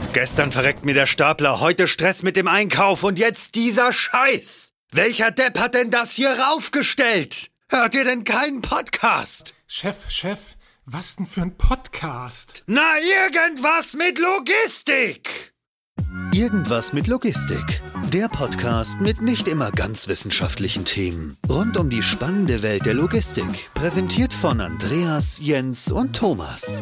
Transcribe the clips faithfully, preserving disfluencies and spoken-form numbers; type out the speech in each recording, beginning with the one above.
Gestern verreckt mir der Stapler, heute Stress mit dem Einkauf und jetzt dieser Scheiß. Welcher Depp hat denn das hier raufgestellt? Hört ihr denn keinen Podcast? Chef, Chef, was denn für ein Podcast? Na, irgendwas mit Logistik. Irgendwas mit Logistik. Der Podcast mit nicht immer ganz wissenschaftlichen Themen. Rund um die spannende Welt der Logistik. Präsentiert von Andreas, Jens und Thomas.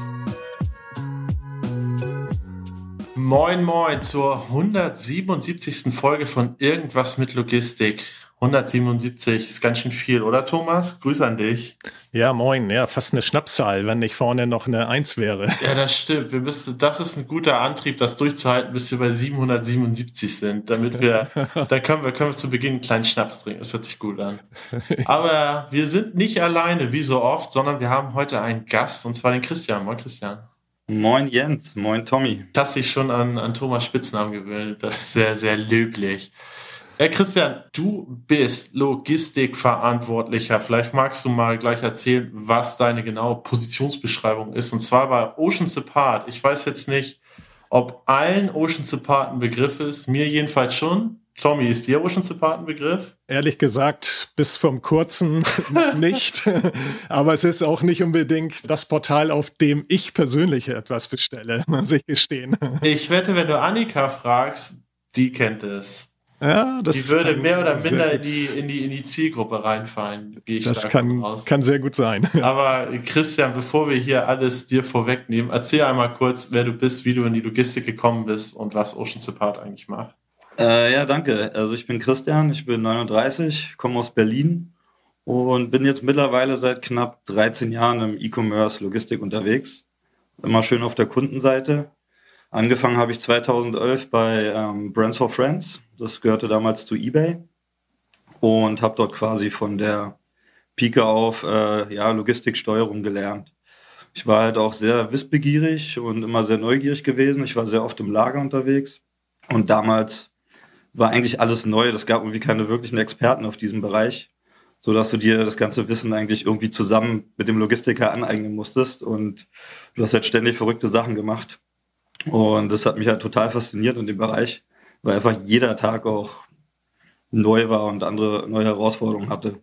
Moin Moin zur hundertsiebenundsiebzigsten Folge von Irgendwas mit Logistik. hundertsiebenundsiebzig ist ganz schön viel, oder Thomas? Grüß an dich. Ja, moin. Ja, fast eine Schnapszahl, wenn nicht vorne noch eine Eins wäre. Ja, das stimmt. Wir müssen, das ist ein guter Antrieb, das durchzuhalten, bis wir bei siebenhundertsiebenundsiebzig sind, damit wir, dann können wir, können wir zu Beginn einen kleinen Schnaps trinken. Das hört sich gut an. Aber wir sind nicht alleine, wie so oft, sondern wir haben heute einen Gast, und zwar den Christian. Moin, Christian. Moin Jens, moin Tommy. Du hast dich schon an, an Thomas Spitznamen gewöhnt. Das ist sehr, sehr löblich. Äh, Christian, du bist Logistikverantwortlicher. Vielleicht magst du mal gleich erzählen, was deine genaue Positionsbeschreibung ist. Und zwar bei Oceans Apart. Ich weiß jetzt nicht, ob allen Oceans Apart ein Begriff ist. Mir jedenfalls schon. Tommy, ist dir Oceans Apart ein Begriff? Ehrlich gesagt, bis vom Kurzen nicht. Aber es ist auch nicht unbedingt das Portal, auf dem ich persönlich etwas bestelle, muss ich gestehen. Ich wette, wenn du Annika fragst, die kennt es. Ja, das die würde mehr oder minder in die, in die, in die Zielgruppe reinfallen, gehe ich das kann, raus. kann sehr gut sein. Aber Christian, bevor wir hier alles dir vorwegnehmen, erzähl einmal kurz, wer du bist, wie du in die Logistik gekommen bist und was Oceans Apart eigentlich macht. Äh, ja, danke. Also ich bin Christian, ich bin neununddreißig, komme aus Berlin und bin jetzt mittlerweile seit knapp dreizehn Jahren im E-Commerce Logistik unterwegs. Immer schön auf der Kundenseite. Angefangen habe ich zweitausendelf bei ähm, Brands for Friends. Das gehörte damals zu eBay und habe dort quasi von der Pike auf äh, ja, Logistiksteuerung gelernt. Ich war halt auch sehr wissbegierig und immer sehr neugierig gewesen. Ich war sehr oft im Lager unterwegs und damals war eigentlich alles neu. Es gab irgendwie keine wirklichen Experten auf diesem Bereich, sodass du dir das ganze Wissen eigentlich irgendwie zusammen mit dem Logistiker aneignen musstest und du hast halt ständig verrückte Sachen gemacht. Und das hat mich halt total fasziniert in dem Bereich, weil einfach jeder Tag auch neu war und andere neue Herausforderungen hatte.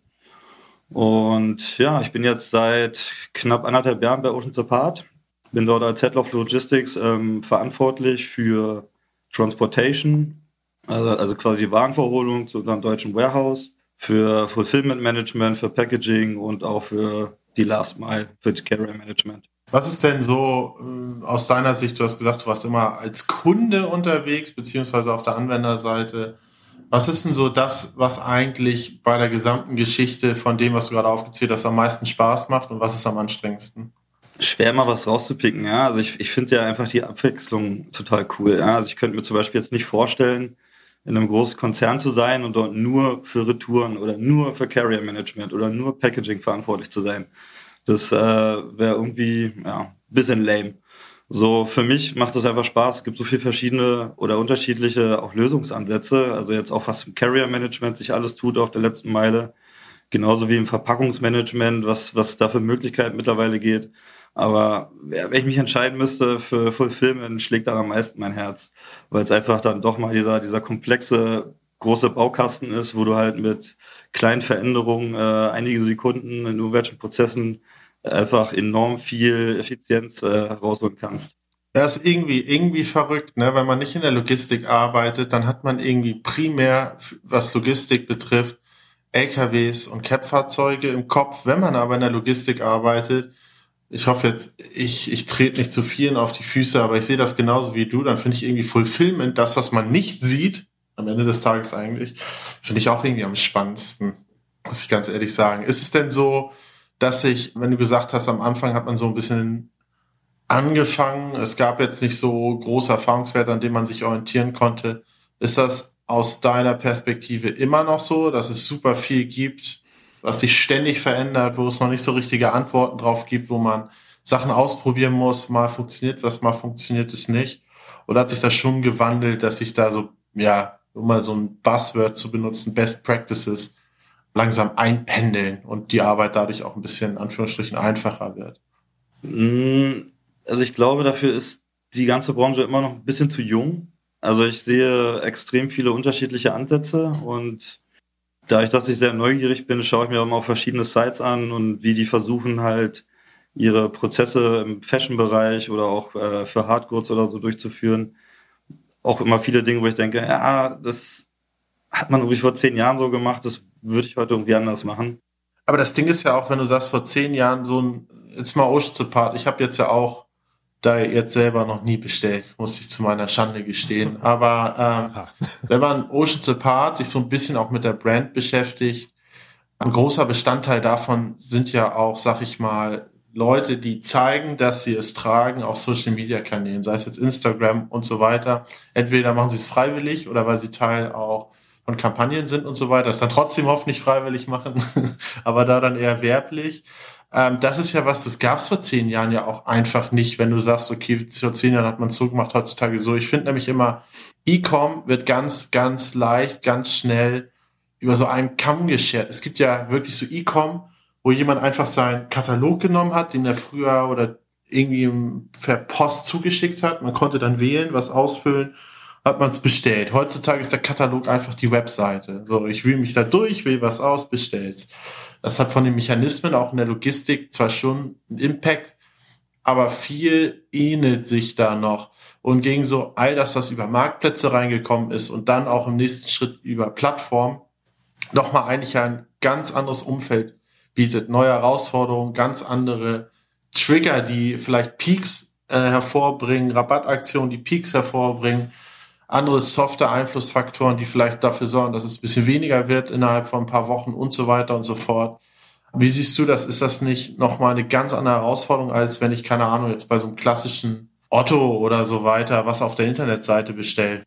Und ja, ich bin jetzt seit knapp anderthalb Jahren bei Oceans Apart, bin dort als Head of Logistics ähm, verantwortlich für Transportation, also, also quasi die Warenverholung zu unserem deutschen Warehouse, für Fulfillment Management, für Packaging und auch für die Last Mile, für das Carrier Management. Was ist denn so äh, aus deiner Sicht, du hast gesagt, du warst immer als Kunde unterwegs, beziehungsweise auf der Anwenderseite. Was ist denn so das, was eigentlich bei der gesamten Geschichte von dem, was du gerade aufgezählt hast, am meisten Spaß macht und was ist am anstrengendsten? Schwer mal was rauszupicken, ja. Also ich, ich finde ja einfach die Abwechslung total cool, ja. Also ich könnte mir zum Beispiel jetzt nicht vorstellen, in einem großen Konzern zu sein und dort nur für Retouren oder nur für Carrier Management oder nur Packaging verantwortlich zu sein. Das äh, wäre irgendwie ja, ein bisschen lame. So, für mich macht das einfach Spaß. Es gibt so viele verschiedene oder unterschiedliche auch Lösungsansätze. Also jetzt auch was im Carrier Management sich alles tut auf der letzten Meile. Genauso wie im Verpackungsmanagement, was, was da für Möglichkeiten mittlerweile geht. Aber wenn ich mich entscheiden müsste für Fulfillment, schlägt dann am meisten mein Herz. Weil es einfach dann doch mal dieser, dieser komplexe, große Baukasten ist, wo du halt mit kleinen Veränderungen, äh, einige Sekunden in irgendwelchen Prozessen einfach enorm viel Effizienz äh, rausholen kannst. Das ist irgendwie, irgendwie verrückt, ne? Wenn man nicht in der Logistik arbeitet, dann hat man irgendwie primär, was Logistik betrifft, L K Ws und Cap-Fahrzeuge im Kopf. Wenn man aber in der Logistik arbeitet, ich hoffe jetzt, ich, ich trete nicht zu vielen auf die Füße, aber ich sehe das genauso wie du, dann finde ich irgendwie Fulfillment, das, was man nicht sieht, am Ende des Tages eigentlich, finde ich auch irgendwie am spannendsten, muss ich ganz ehrlich sagen. Ist es denn so, dass ich, wenn du gesagt hast, am Anfang hat man so ein bisschen angefangen, es gab jetzt nicht so große Erfahrungswerte, an denen man sich orientieren konnte. Ist das aus deiner Perspektive immer noch so, dass es super viel gibt, was sich ständig verändert, wo es noch nicht so richtige Antworten drauf gibt, wo man Sachen ausprobieren muss, mal funktioniert was, mal funktioniert es nicht? Oder hat sich das schon gewandelt, dass sich da so, ja, um mal so ein Buzzword zu benutzen, Best Practices langsam einpendeln und die Arbeit dadurch auch ein bisschen in Anführungsstrichen einfacher wird? Also ich glaube, dafür ist die ganze Branche immer noch ein bisschen zu jung. Also ich sehe extrem viele unterschiedliche Ansätze und dadurch, dass ich sehr neugierig bin, schaue ich mir auch mal verschiedene Sites an und wie die versuchen halt ihre Prozesse im Fashion-Bereich oder auch äh, für Hardgoods oder so durchzuführen. Auch immer viele Dinge, wo ich denke, ja, das hat man irgendwie vor zehn Jahren so gemacht, das würde ich heute irgendwie anders machen. Aber das Ding ist ja auch, wenn du sagst, vor zehn Jahren so ein, jetzt mal Oceans Apart, ich habe jetzt ja auch da jetzt selber noch nie bestellt, muss ich zu meiner Schande gestehen. Aber ähm, wenn man Oceans Apart sich so ein bisschen auch mit der Brand beschäftigt, ein großer Bestandteil davon sind ja auch, sag ich mal, Leute, die zeigen, dass sie es tragen auf Social-Media-Kanälen, sei es jetzt Instagram und so weiter. Entweder machen sie es freiwillig oder weil sie Teil auch von Kampagnen sind und so weiter, das dann trotzdem hoffentlich freiwillig machen, aber da dann eher werblich. Ähm, das ist ja was, das gab es vor zehn Jahren ja auch einfach nicht, wenn du sagst, okay, vor zehn Jahren hat man es so gemacht, heutzutage so. Ich finde nämlich immer, E-Com wird ganz, ganz leicht, ganz schnell über so einen Kamm geschert. Es gibt ja wirklich so E-Com, wo jemand einfach seinen Katalog genommen hat, den er früher oder irgendwie per Post zugeschickt hat. Man konnte dann wählen, was ausfüllen, hat man es bestellt. Heutzutage ist der Katalog einfach die Webseite. So, ich wähle mich da durch, wähle was aus, bestell's. Das hat von den Mechanismen auch in der Logistik zwar schon einen Impact, aber viel ähnelt sich da noch. Und gegen so all das, was über Marktplätze reingekommen ist und dann auch im nächsten Schritt über Plattformen, nochmal eigentlich ein ganz anderes Umfeld bietet, neue Herausforderungen, ganz andere Trigger, die vielleicht Peaks äh, hervorbringen, Rabattaktionen, die Peaks hervorbringen, andere softe Einflussfaktoren, die vielleicht dafür sorgen, dass es ein bisschen weniger wird innerhalb von ein paar Wochen und so weiter und so fort. Wie siehst du das? Ist das nicht nochmal eine ganz andere Herausforderung, als wenn ich, keine Ahnung, jetzt bei so einem klassischen Otto oder so weiter was auf der Internetseite bestelle?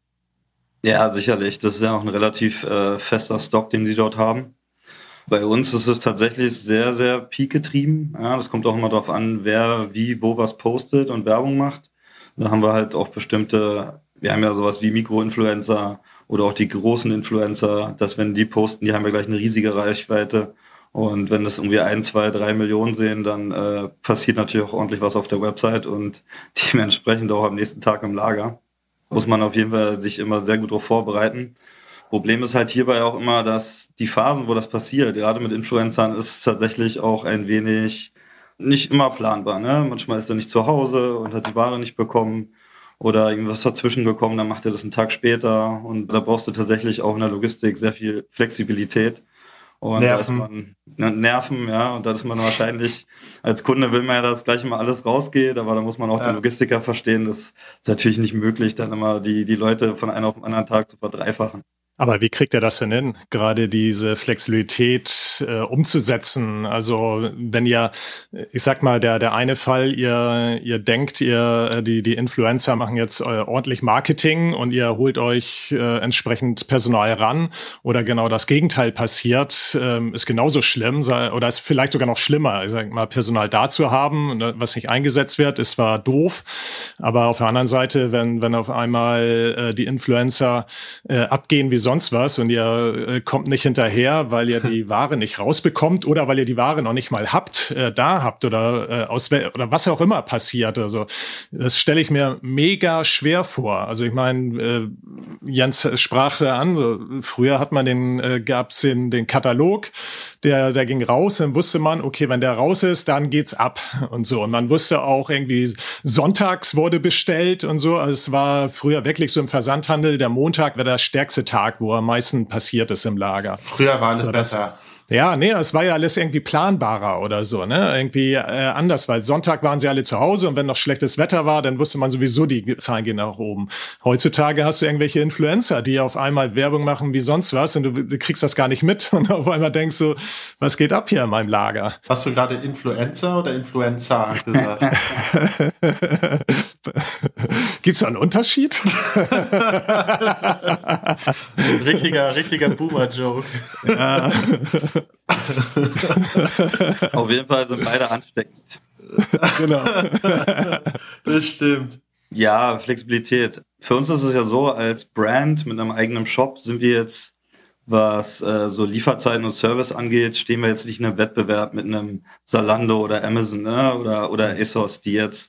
Ja, sicherlich. Das ist ja auch ein relativ äh, fester Stock, den sie dort haben. Bei uns ist es tatsächlich sehr, sehr peak-getrieben. Ja, das kommt auch immer darauf an, wer wie wo was postet und Werbung macht. Da haben wir halt auch bestimmte, wir haben ja sowas wie Mikroinfluencer oder auch die großen Influencer, dass wenn die posten, die haben ja gleich eine riesige Reichweite. Und wenn das irgendwie ein, zwei, drei Millionen sehen, dann äh, passiert natürlich auch ordentlich was auf der Website und dementsprechend auch am nächsten Tag im Lager. Muss man auf jeden Fall sich immer sehr gut darauf vorbereiten. Problem ist halt hierbei auch immer, dass die Phasen, wo das passiert, gerade mit Influencern, ist tatsächlich auch ein wenig nicht immer planbar. Ne? Manchmal ist er nicht zu Hause und hat die Ware nicht bekommen oder irgendwas dazwischen gekommen, dann macht er das einen Tag später und da brauchst du tatsächlich auch in der Logistik sehr viel Flexibilität. Und Nerven. Da ist man, Nerven, ja, und da ist man wahrscheinlich, als Kunde will man ja, dass gleich immer alles rausgeht, aber da muss man auch ja. den Logistiker verstehen, das ist natürlich nicht möglich, dann immer die, die Leute von einem auf den anderen Tag zu verdreifachen. Aber wie kriegt er das denn hin, gerade diese Flexibilität äh, umzusetzen? Also wenn ihr, ich sag mal, der der eine Fall, ihr ihr denkt, ihr die die Influencer machen jetzt äh, ordentlich Marketing und ihr holt euch äh, entsprechend Personal ran oder genau das Gegenteil passiert, äh, ist genauso schlimm oder ist vielleicht sogar noch schlimmer. Ich sag mal, Personal da zu haben, was nicht eingesetzt wird, ist zwar doof, aber auf der anderen Seite, wenn wenn auf einmal äh, die Influencer äh, abgehen wie sonst was und ihr äh, kommt nicht hinterher, weil ihr die Ware nicht rausbekommt oder weil ihr die Ware noch nicht mal habt, äh, da habt oder äh, aus oder was auch immer passiert. Also das stelle ich mir mega schwer vor. Also ich meine, äh, Jens sprach da an, so, früher hat man den, äh, gab's den, den Katalog, der, der ging raus, dann wusste man, okay, wenn der raus ist, dann geht's ab und so. Und man wusste auch irgendwie, sonntags wurde bestellt und so. Also es war früher wirklich so im Versandhandel, der Montag war der stärkste Tag, wo am meisten passiert ist im Lager. Früher war alles so, das, besser. Ja, nee, es war ja alles irgendwie planbarer oder so, ne? Irgendwie äh, anders, weil Sonntag waren sie alle zu Hause und wenn noch schlechtes Wetter war, dann wusste man sowieso, die Zahlen gehen nach oben. Heutzutage hast du irgendwelche Influencer, die auf einmal Werbung machen wie sonst was und du, du kriegst das gar nicht mit und auf einmal denkst du, was geht ab hier in meinem Lager? Hast du gerade Influencer oder Influencer gesagt? Gibt's da einen Unterschied? richtiger, richtiger Boomer-Joke. Ja. Auf jeden Fall sind beide ansteckend. Genau. Das stimmt. Ja, Flexibilität. Für uns ist es ja so, als Brand mit einem eigenen Shop sind wir jetzt, was äh, so Lieferzeiten und Service angeht, stehen wir jetzt nicht in einem Wettbewerb mit einem Zalando oder Amazon, ne? oder oder ASOS, die jetzt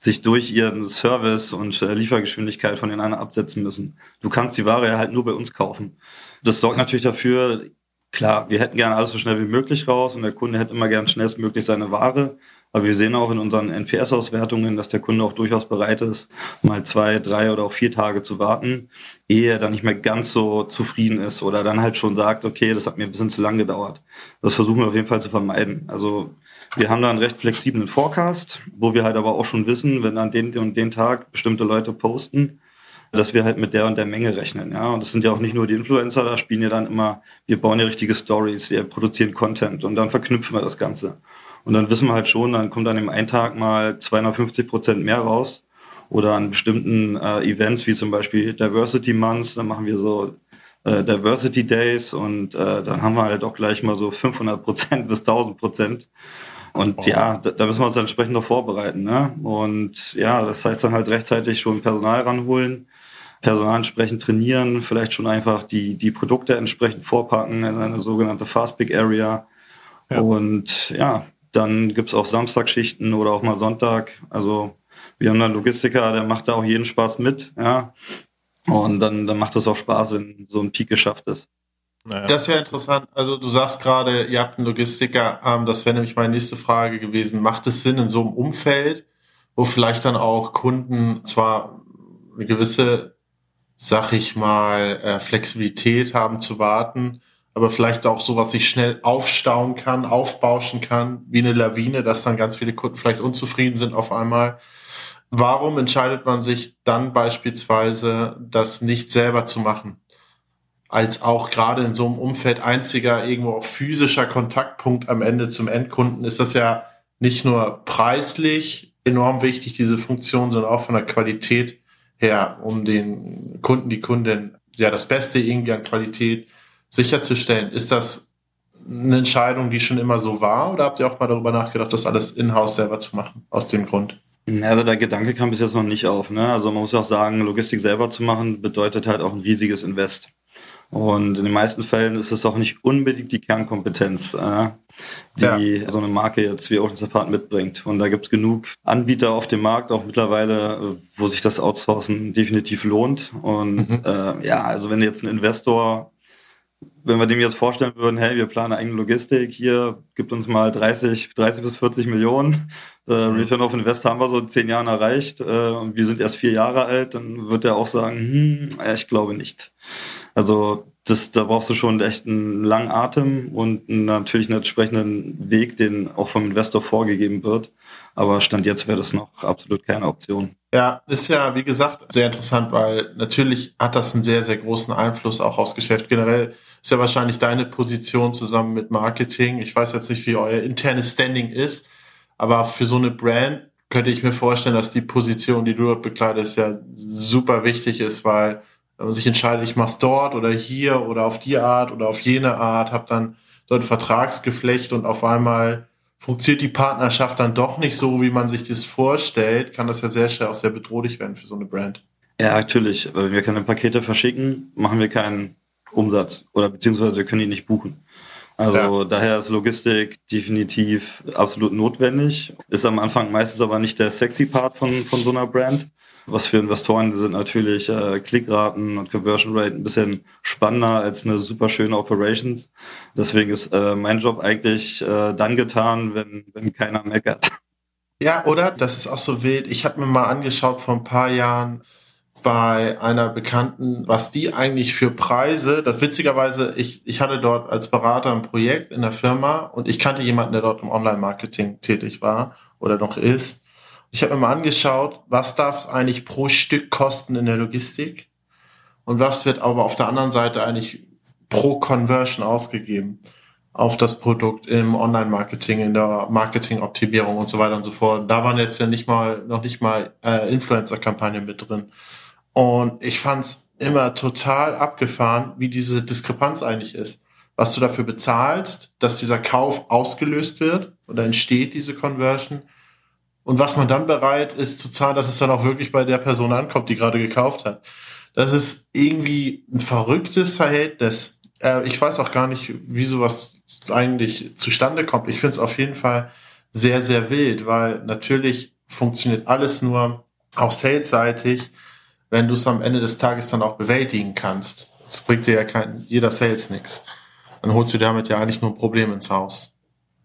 sich durch ihren Service und äh, Liefergeschwindigkeit von den anderen absetzen müssen. Du kannst die Ware ja halt nur bei uns kaufen. Das sorgt natürlich dafür, klar, wir hätten gerne alles so schnell wie möglich raus und der Kunde hätte immer gern schnellstmöglich seine Ware. Aber wir sehen auch in unseren N P S-Auswertungen, dass der Kunde auch durchaus bereit ist, mal zwei, drei oder auch vier Tage zu warten, ehe er dann nicht mehr ganz so zufrieden ist oder dann halt schon sagt, okay, das hat mir ein bisschen zu lang gedauert. Das versuchen wir auf jeden Fall zu vermeiden. Also wir haben da einen recht flexiblen Forecast, wo wir halt aber auch schon wissen, wenn an den und den Tag bestimmte Leute posten, dass wir halt mit der und der Menge rechnen. Ja, und das sind ja auch nicht nur die Influencer, da spielen ja dann immer, wir bauen ja richtige Stories, wir produzieren Content und dann verknüpfen wir das Ganze. Und dann wissen wir halt schon, dann kommt an dem einen Tag mal zweihundertfünfzig Prozent mehr raus. Oder an bestimmten äh, Events, wie zum Beispiel Diversity Months, dann machen wir so äh, Diversity Days und äh, dann haben wir halt auch gleich mal so fünfhundert Prozent bis tausend Prozent. Und oh. ja, da, da müssen wir uns dann entsprechend noch vorbereiten. Ne? Und ja, das heißt dann halt rechtzeitig schon Personal ranholen, Personal entsprechend trainieren, vielleicht schon einfach die, die Produkte entsprechend vorpacken in eine sogenannte Fast Pick Area. Ja. Und ja, dann gibt's auch Samstagschichten oder auch mal Sonntag. Also wir haben da einen Logistiker, der macht da auch jeden Spaß mit. Ja. Und dann, dann macht es auch Spaß, wenn so ein Peak geschafft ist. Naja. Das ist ja interessant. Also du sagst gerade, ihr habt einen Logistiker. Ähm, das wäre nämlich meine nächste Frage gewesen. Macht es Sinn in so einem Umfeld, wo vielleicht dann auch Kunden zwar eine gewisse, sag ich mal, äh, Flexibilität haben zu warten, aber vielleicht auch so, was sich schnell aufstauen kann, aufbauschen kann, wie eine Lawine, dass dann ganz viele Kunden vielleicht unzufrieden sind auf einmal. Warum entscheidet man sich dann beispielsweise, das nicht selber zu machen? Als auch gerade in so einem Umfeld einziger, irgendwo auch physischer Kontaktpunkt am Ende zum Endkunden, ist das ja nicht nur preislich enorm wichtig, diese Funktion, sondern auch von der Qualität her, um den Kunden, die Kundin, ja, das Beste irgendwie an Qualität sicherzustellen. Ist das eine Entscheidung, die schon immer so war, oder habt ihr auch mal darüber nachgedacht, das alles in-house selber zu machen, aus dem Grund? Also der Gedanke kam bis jetzt noch nicht auf. Ne? Also man muss auch sagen, Logistik selber zu machen, bedeutet halt auch ein riesiges Invest. Und in den meisten Fällen ist es auch nicht unbedingt die Kernkompetenz, äh, die ja. so eine Marke jetzt wie Ocean Apart mitbringt. Und da gibt es genug Anbieter auf dem Markt, auch mittlerweile, wo sich das Outsourcen definitiv lohnt. Und mhm. äh, ja, also wenn jetzt ein Investor, wenn wir dem jetzt vorstellen würden, hey, wir planen eigene Logistik, hier gibt uns mal dreißig, dreißig bis vierzig Millionen, äh, mhm. Return of Invest haben wir so in zehn Jahren erreicht äh, und wir sind erst vier Jahre alt, dann wird er auch sagen, hm, ich glaube nicht. Also das, da brauchst du schon echt einen langen Atem und natürlich einen entsprechenden Weg, den auch vom Investor vorgegeben wird. Aber Stand jetzt wäre das noch absolut keine Option. Ja, ist ja, wie gesagt, sehr interessant, weil natürlich hat das einen sehr, sehr großen Einfluss auch aufs Geschäft. Generell ist ja wahrscheinlich deine Position zusammen mit Marketing. Ich weiß jetzt nicht, wie euer internes Standing ist, aber für so eine Brand könnte ich mir vorstellen, dass die Position, die du dort bekleidest, ja super wichtig ist, weil wenn man sich entscheidet, ich mach's dort oder hier oder auf die Art oder auf jene Art, hab dann so ein Vertragsgeflecht und auf einmal funktioniert die Partnerschaft dann doch nicht so, wie man sich das vorstellt, kann das ja sehr schnell auch sehr bedrohlich werden für so eine Brand. Ja, natürlich. Wenn wir keine Pakete verschicken, machen wir keinen Umsatz oder beziehungsweise wir können ihn nicht buchen. Also ja. daher ist Logistik definitiv absolut notwendig. Ist am Anfang meistens aber nicht der sexy Part von, von so einer Brand. Was für Investoren sind natürlich äh, Klickraten und Conversion Rate ein bisschen spannender als eine super schöne Operations. Deswegen ist äh, mein Job eigentlich äh, dann getan, wenn, wenn keiner meckert. Ja, oder? Das ist auch so wild. Ich habe mir mal angeschaut vor ein paar Jahren bei einer Bekannten, was die eigentlich für Preise, das witzigerweise, ich, ich hatte dort als Berater ein Projekt in der Firma und ich kannte jemanden, der dort im Online-Marketing tätig war oder noch ist. Ich habe mir mal angeschaut, was darf es eigentlich pro Stück kosten in der Logistik und was wird aber auf der anderen Seite eigentlich pro Conversion ausgegeben auf das Produkt im Online-Marketing, in der Marketing-Optimierung und so weiter und so fort. Da waren jetzt ja nicht mal, noch nicht mal äh, Influencer-Kampagnen mit drin. Und ich fand's immer total abgefahren, wie diese Diskrepanz eigentlich ist. Was du dafür bezahlst, dass dieser Kauf ausgelöst wird oder entsteht, diese Conversion. Und was man dann bereit ist zu zahlen, dass es dann auch wirklich bei der Person ankommt, die gerade gekauft hat. Das ist irgendwie ein verrücktes Verhältnis. Äh, ich weiß auch gar nicht, wie sowas eigentlich zustande kommt. Ich finde es auf jeden Fall sehr, sehr wild, weil natürlich funktioniert alles nur auch salesseitig, wenn du es am Ende des Tages dann auch bewältigen kannst. Das bringt dir ja kein, jeder Sales nichts. Dann holst du damit ja eigentlich nur ein Problem ins Haus.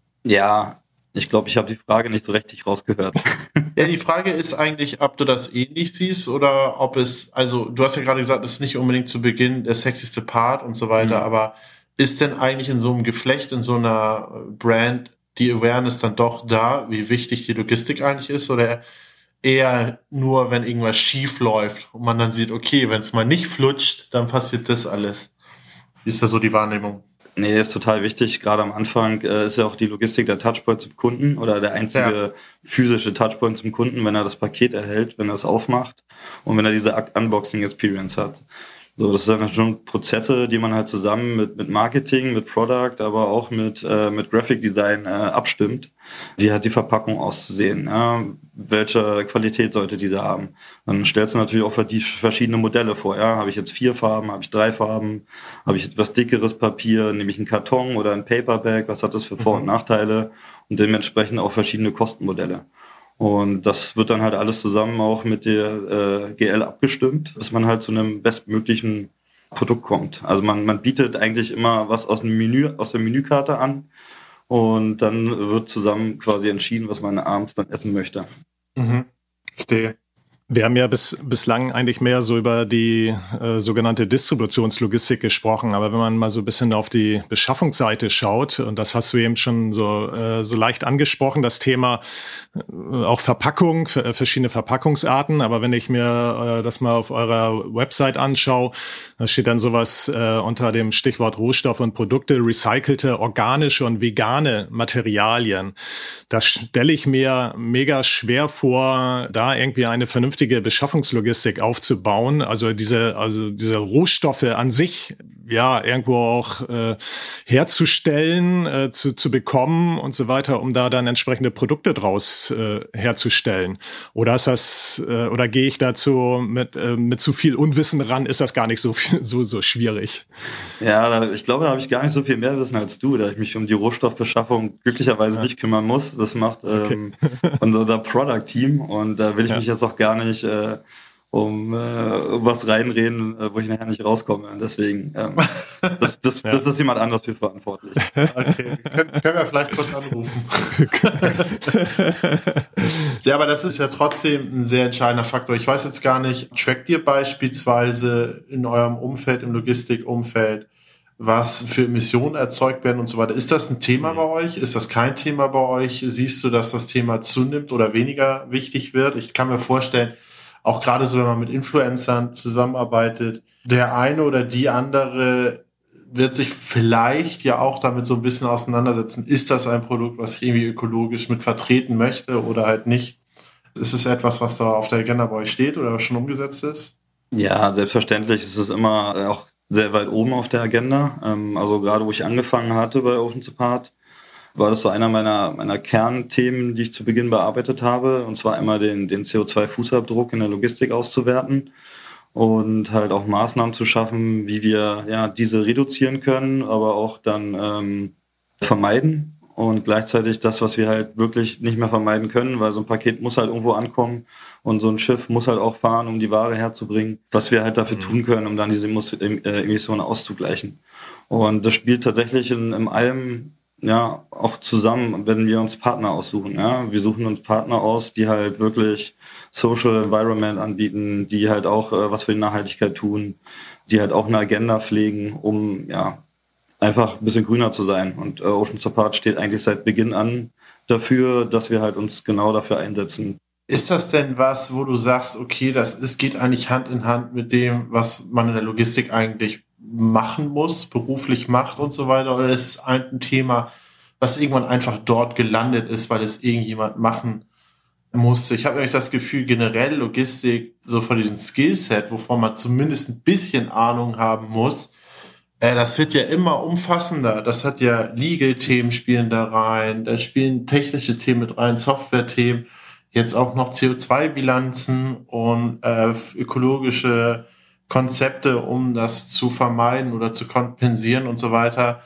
Ja, ich glaube, ich habe die Frage nicht so richtig rausgehört. Ja, die Frage ist eigentlich, ob du das ähnlich siehst oder ob es, also du hast ja gerade gesagt, das ist nicht unbedingt zu Beginn der sexyste Part und so weiter, mhm. aber ist denn eigentlich in so einem Geflecht, in so einer Brand die Awareness dann doch da, wie wichtig die Logistik eigentlich ist, oder eher nur, wenn irgendwas schief läuft und man dann sieht, okay, wenn es mal nicht flutscht, dann passiert das alles. Wie ist da so die Wahrnehmung? Nee, ist total wichtig. Gerade am Anfang äh, ist ja auch die Logistik der Touchpoint zum Kunden oder der einzige ja. physische Touchpoint zum Kunden, wenn er das Paket erhält, wenn er es aufmacht und wenn er diese Unboxing-Experience hat. So, das sind dann schon Prozesse, die man halt zusammen mit, mit Marketing, mit Product, aber auch mit, äh, mit Graphic Design äh, abstimmt. Wie hat die Verpackung auszusehen? Ja? Welche Qualität sollte diese haben? Dann stellst du natürlich auch für die verschiedene Modelle vor. Ja? Habe ich jetzt vier Farben? Habe ich drei Farben? Habe ich etwas dickeres Papier? Nehme ich einen Karton oder ein Paperback? Was hat das für Vor- und Nachteile? Und dementsprechend auch verschiedene Kostenmodelle. Und das wird dann halt alles zusammen auch mit der äh, G L abgestimmt, dass man halt zu einem bestmöglichen Produkt kommt. Also man, man bietet eigentlich immer was aus dem Menü, aus der Menükarte an und dann wird zusammen quasi entschieden, was man abends dann essen möchte. Mhm. Verstehe. Wir haben ja bis, bislang eigentlich mehr so über die äh, sogenannte Distributionslogistik gesprochen, aber wenn man mal so ein bisschen auf die Beschaffungsseite schaut, und das hast du eben schon so, äh, so leicht angesprochen, das Thema äh, auch Verpackung, f- verschiedene Verpackungsarten, aber wenn ich mir äh, das mal auf eurer Website anschaue, da steht dann sowas äh, unter dem Stichwort Rohstoff und Produkte, recycelte, organische und vegane Materialien. Das stelle ich mir mega schwer vor, da irgendwie eine vernünftige Beschaffungslogistik aufzubauen, also diese, also diese Rohstoffe an sich, ja, irgendwo auch äh, herzustellen, äh, zu, zu bekommen und so weiter, um da dann entsprechende Produkte draus äh, herzustellen. Oder ist das, äh, oder gehe ich dazu mit, äh, mit zu viel Unwissen ran, ist das gar nicht so, so, so schwierig? Ja, ich glaube, da habe ich gar nicht so viel mehr Wissen als du, da ich mich um die Rohstoffbeschaffung glücklicherweise ja. nicht kümmern muss. Das macht ähm, okay. unser Product-Team und da will ich ja. mich jetzt auch gar nicht äh, um, äh, um was reinreden, äh, wo ich nachher nicht rauskomme. Und deswegen, ähm, das, das, ja. das ist jemand anderes für verantwortlich. Okay, können, können wir vielleicht kurz anrufen. Ja, aber das ist ja trotzdem ein sehr entscheidender Faktor. Ich weiß jetzt gar nicht, trackt ihr beispielsweise in eurem Umfeld, im Logistikumfeld, was für Emissionen erzeugt werden und so weiter? Ist das ein Thema mhm. bei euch? Ist das kein Thema bei euch? Siehst du, dass das Thema zunimmt oder weniger wichtig wird? Ich kann mir vorstellen, auch gerade so, wenn man mit Influencern zusammenarbeitet, der eine oder die andere wird sich vielleicht ja auch damit so ein bisschen auseinandersetzen. Ist das ein Produkt, was ich irgendwie ökologisch mit vertreten möchte oder halt nicht? Ist es etwas, was da auf der Agenda bei euch steht oder schon umgesetzt ist? Ja, selbstverständlich ist es immer auch sehr weit oben auf der Agenda. Also gerade wo ich angefangen hatte bei Oceans Apart, war das so einer meiner, meiner Kernthemen, die ich zu Beginn bearbeitet habe. Und zwar einmal den, den C O zwei Fußabdruck in der Logistik auszuwerten und halt auch Maßnahmen zu schaffen, wie wir ja diese reduzieren können, aber auch dann ähm, vermeiden. Und gleichzeitig das, was wir halt wirklich nicht mehr vermeiden können, weil so ein Paket muss halt irgendwo ankommen und so ein Schiff muss halt auch fahren, um die Ware herzubringen, was wir halt dafür mhm. tun können, um dann diese Emissionen auszugleichen. Und das spielt tatsächlich in, in allem ja auch zusammen, wenn wir uns Partner aussuchen. Ja? Wir suchen uns Partner aus, die halt wirklich Social Environment anbieten, die halt auch äh, was für die Nachhaltigkeit tun, die halt auch eine Agenda pflegen, um ja einfach ein bisschen grüner zu sein. Und äh, Oceans Apart steht eigentlich seit Beginn an dafür, dass wir halt uns genau dafür einsetzen. Ist das denn was, wo du sagst, okay, das es geht eigentlich Hand in Hand mit dem, was man in der Logistik eigentlich machen muss, beruflich macht und so weiter? Oder ist es ein Thema, was irgendwann einfach dort gelandet ist, weil es irgendjemand machen musste? Ich habe nämlich das Gefühl, generell Logistik, so von diesem Skillset, wovon man zumindest ein bisschen Ahnung haben muss, äh, das wird ja immer umfassender. Das hat ja Legal-Themen spielen da rein, da spielen technische Themen mit rein, Software-Themen, jetzt auch noch C O zwei Bilanzen und äh, ökologische Konzepte, um das zu vermeiden oder zu kompensieren und so weiter.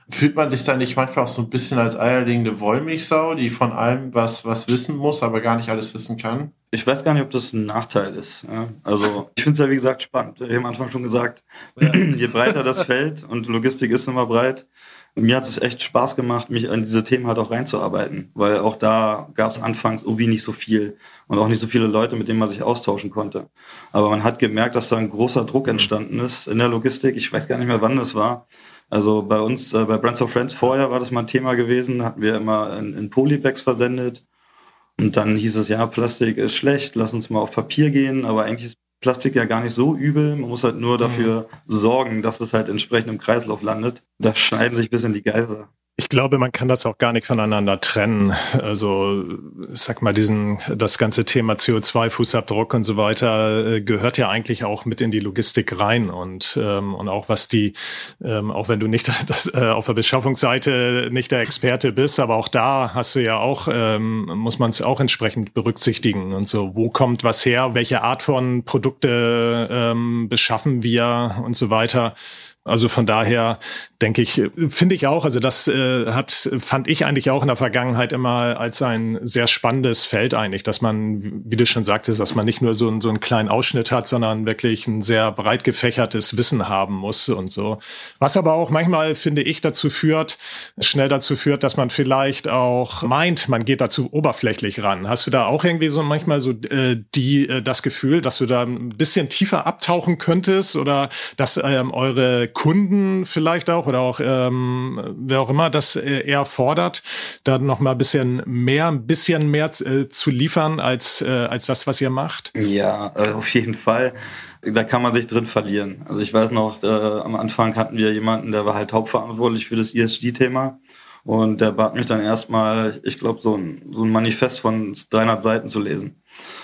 Fühlt man sich da nicht manchmal auch so ein bisschen als eierlegende Wollmilchsau, die von allem was, was wissen muss, aber gar nicht alles wissen kann? Ich weiß gar nicht, ob das ein Nachteil ist. Ja. Also ich finde es ja, wie gesagt, spannend. Ich habe am Anfang schon gesagt, ja. Je breiter das Feld, und Logistik ist immer breit, mir hat es echt Spaß gemacht, mich an diese Themen halt auch reinzuarbeiten, weil auch da gab es anfangs irgendwie nicht so viel und auch nicht so viele Leute, mit denen man sich austauschen konnte. Aber man hat gemerkt, dass da ein großer Druck entstanden ist in der Logistik. Ich weiß gar nicht mehr, wann das war. Also bei uns, äh, bei Brands of Friends vorher war das mal ein Thema gewesen, hatten wir immer in, in Polybags versendet. Und dann hieß es, ja, Plastik ist schlecht, lass uns mal auf Papier gehen. Aber eigentlich ist Plastik ja gar nicht so übel. Man muss halt nur dafür mhm. sorgen, dass es halt entsprechend im Kreislauf landet. Da schneiden sich ein bisschen die Geister. Ich glaube, man kann das auch gar nicht voneinander trennen. Also, ich sag mal, diesen, das ganze Thema C O zwei Fußabdruck und so weiter äh, gehört ja eigentlich auch mit in die Logistik rein. Und, ähm, und auch was die, ähm, auch wenn du nicht das, äh, auf der Beschaffungsseite nicht der Experte bist, aber auch da hast du ja auch, ähm, muss man es auch entsprechend berücksichtigen. Und so, wo kommt was her? Welche Art von Produkte ähm, beschaffen wir und so weiter? Also von daher denke ich, finde ich auch, also das äh, hat, fand ich eigentlich auch in der Vergangenheit immer als ein sehr spannendes Feld eigentlich, dass man, wie du schon sagtest, dass man nicht nur so, einen so einen kleinen Ausschnitt hat, sondern wirklich ein sehr breit gefächertes Wissen haben muss und so. Was aber auch manchmal, finde ich, dazu führt, schnell dazu führt, dass man vielleicht auch meint, man geht dazu oberflächlich ran. Hast du da auch irgendwie so manchmal so äh, die äh, das Gefühl, dass du da ein bisschen tiefer abtauchen könntest oder dass ähm, eure Kunden vielleicht auch oder auch ähm, wer auch immer das äh, eher fordert, da noch mal ein bisschen mehr, ein bisschen mehr äh, zu liefern als äh, als das, was ihr macht? Ja, äh, auf jeden Fall. Da kann man sich drin verlieren. Also ich weiß noch, äh, am Anfang hatten wir jemanden, der war halt hauptverantwortlich für das E S G-Thema und der bat mich dann erstmal, ich glaube, so ein, so ein Manifest von dreihundert Seiten zu lesen.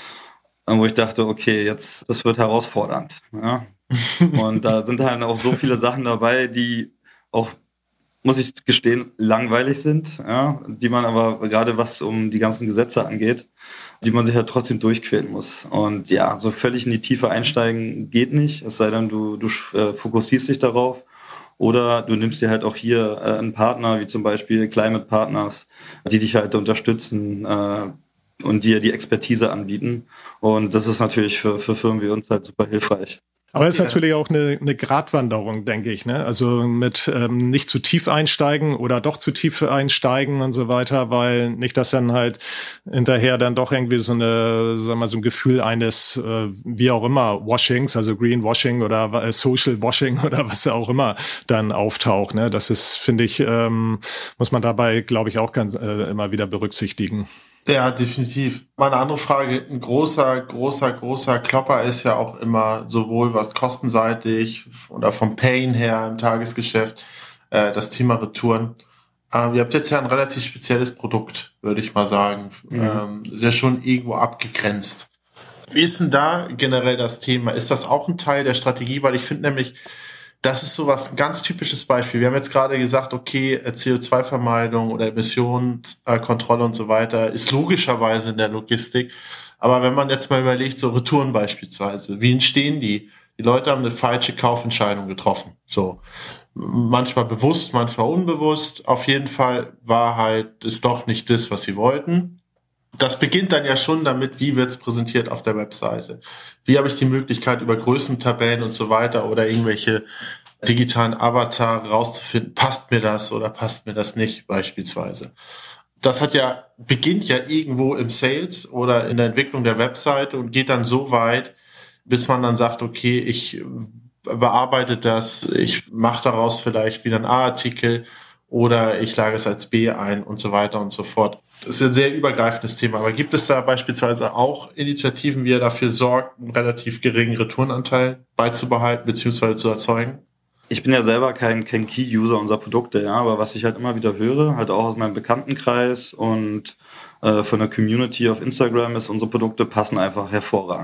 Und wo ich dachte, okay, jetzt, das wird herausfordernd. Ja. Und da sind halt auch so viele Sachen dabei, die auch, muss ich gestehen, langweilig sind, ja, die man aber gerade was um die ganzen Gesetze angeht, die man sich halt trotzdem durchquälen muss. Und ja, so völlig in die Tiefe einsteigen geht nicht, es sei denn, du, du äh, fokussierst dich darauf oder du nimmst dir halt auch hier äh, einen Partner, wie zum Beispiel Climate Partners, die dich halt unterstützen äh, und dir die Expertise anbieten. Und das ist natürlich für, für Firmen wie uns halt super hilfreich. Aber es ist natürlich auch eine, eine Gratwanderung, denke ich, ne? Also mit ähm, nicht zu tief einsteigen oder doch zu tief einsteigen und so weiter, weil nicht, dass dann halt hinterher dann doch irgendwie so eine, sagen wir mal, so ein Gefühl eines, äh, wie auch immer, Washings, also Greenwashing oder äh, Social Washing oder was auch immer dann auftaucht, ne? Das ist, finde ich, ähm, muss man dabei, glaube ich, auch ganz äh, immer wieder berücksichtigen. Ja, definitiv. Meine andere Frage, ein großer, großer, großer Klopper ist ja auch immer sowohl was kostenseitig oder vom Pain her im Tagesgeschäft, äh, das Thema Retouren. Ähm, ihr habt jetzt ja ein relativ spezielles Produkt, würde ich mal sagen. Mhm. Ähm, ist ja schon irgendwo abgegrenzt. Wie ist denn da generell das Thema? Ist das auch ein Teil der Strategie? Weil ich finde nämlich, das ist sowas, ein ganz typisches Beispiel. Wir haben jetzt gerade gesagt, okay, C O zwei Vermeidung oder Emissionskontrolle und so weiter ist logischerweise in der Logistik. Aber wenn man jetzt mal überlegt, so Retouren beispielsweise, wie entstehen die? Die Leute haben eine falsche Kaufentscheidung getroffen. So. Manchmal bewusst, manchmal unbewusst. Auf jeden Fall war halt, ist doch nicht das, was sie wollten. Das beginnt dann ja schon damit, wie wird's präsentiert auf der Webseite. Wie habe ich die Möglichkeit, über Größentabellen und so weiter oder irgendwelche digitalen Avatar rauszufinden, passt mir das oder passt mir das nicht beispielsweise. Das hat ja, beginnt ja irgendwo im Sales oder in der Entwicklung der Webseite und geht dann so weit, bis man dann sagt, okay, ich bearbeite das, ich mache daraus vielleicht wieder einen A-Artikel oder ich lage es als B ein und so weiter und so fort. Das ist ein sehr übergreifendes Thema. Aber gibt es da beispielsweise auch Initiativen, wie ihr dafür sorgt, einen relativ geringen Retourenanteil beizubehalten bzw. zu erzeugen? Ich bin ja selber kein, kein Key-User unserer Produkte, ja, aber was ich halt immer wieder höre, halt auch aus meinem Bekanntenkreis und äh, von der Community auf Instagram, ist, unsere Produkte passen einfach hervorragend.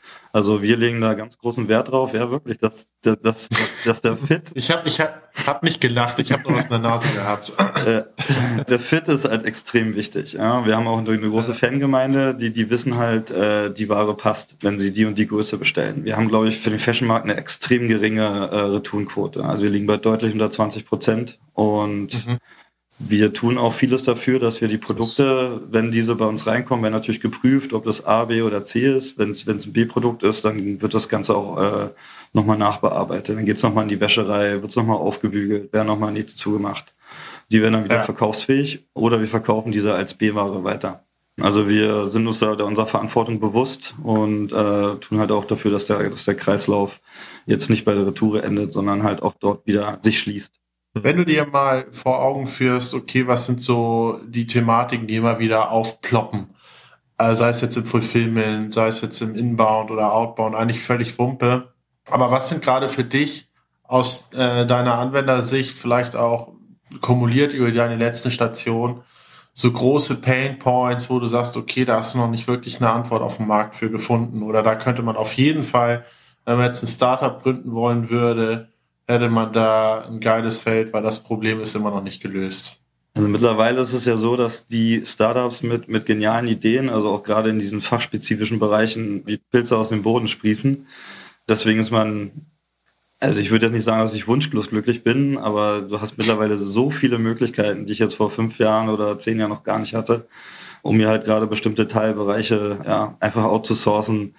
Also wir legen da ganz großen Wert drauf, ja wirklich, dass, dass, dass, dass der Fit... Ich habe ich hab, hab nicht gelacht, ich habe nur was in der Nase gehabt. Äh, der Fit ist halt extrem wichtig. Ja? Wir haben auch eine, eine große Fangemeinde, die, die wissen halt, äh, die Ware passt, wenn sie die und die Größe bestellen. Wir haben, glaube ich, für den Fashionmarkt eine extrem geringe äh, Retourenquote. Also wir liegen bei deutlich unter zwanzig Prozent und... Mhm. Wir tun auch vieles dafür, dass wir die Produkte, wenn diese bei uns reinkommen, werden natürlich geprüft, ob das A, B oder C ist. Wenn es wenn es ein B-Produkt ist, dann wird das Ganze auch äh, nochmal nachbearbeitet. Dann geht es nochmal in die Wäscherei, wird es nochmal aufgebügelt, werden nochmal Nähte zugemacht. Die werden dann wieder ja. verkaufsfähig oder wir verkaufen diese als B-Ware weiter. Also wir sind uns da unserer Verantwortung bewusst und äh, tun halt auch dafür, dass der, dass der Kreislauf jetzt nicht bei der Retoure endet, sondern halt auch dort wieder sich schließt. Wenn du dir mal vor Augen führst, okay, was sind so die Thematiken, die immer wieder aufploppen, äh, sei es jetzt im Fulfillment, sei es jetzt im Inbound oder Outbound, eigentlich völlig Wumpe. Aber was sind gerade für dich aus äh, deiner Anwendersicht, vielleicht auch kumuliert über deine letzten Stationen, so große Pain Points, wo du sagst, okay, da hast du noch nicht wirklich eine Antwort auf dem Markt für gefunden oder da könnte man auf jeden Fall, wenn man jetzt ein Startup gründen wollen würde, hätte man da ein geiles Feld, weil das Problem ist immer noch nicht gelöst. Also mittlerweile ist es ja so, dass die Startups mit, mit genialen Ideen, also auch gerade in diesen fachspezifischen Bereichen, wie Pilze aus dem Boden sprießen. Deswegen ist man, also ich würde jetzt nicht sagen, dass ich wunschlos glücklich bin, aber du hast mittlerweile so viele Möglichkeiten, die ich jetzt vor fünf Jahren oder zehn Jahren noch gar nicht hatte, um mir halt gerade bestimmte Teilbereiche ja, einfach outzusourcen,